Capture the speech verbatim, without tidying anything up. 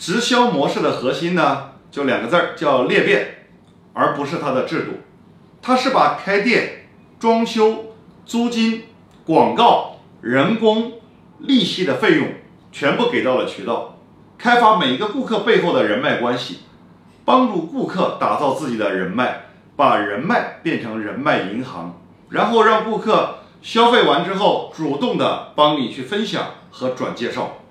直销模式的核心呢，就两个字儿，叫裂变，而不是它的制度。它是把开店、装修、租金、广告、人工、利息的费用全部给到了渠道，开发每一个顾客背后的人脉关系，帮助顾客打造自己的人脉，把人脉变成人脉银行，然后让顾客消费完之后主动的帮你去分享和转介绍。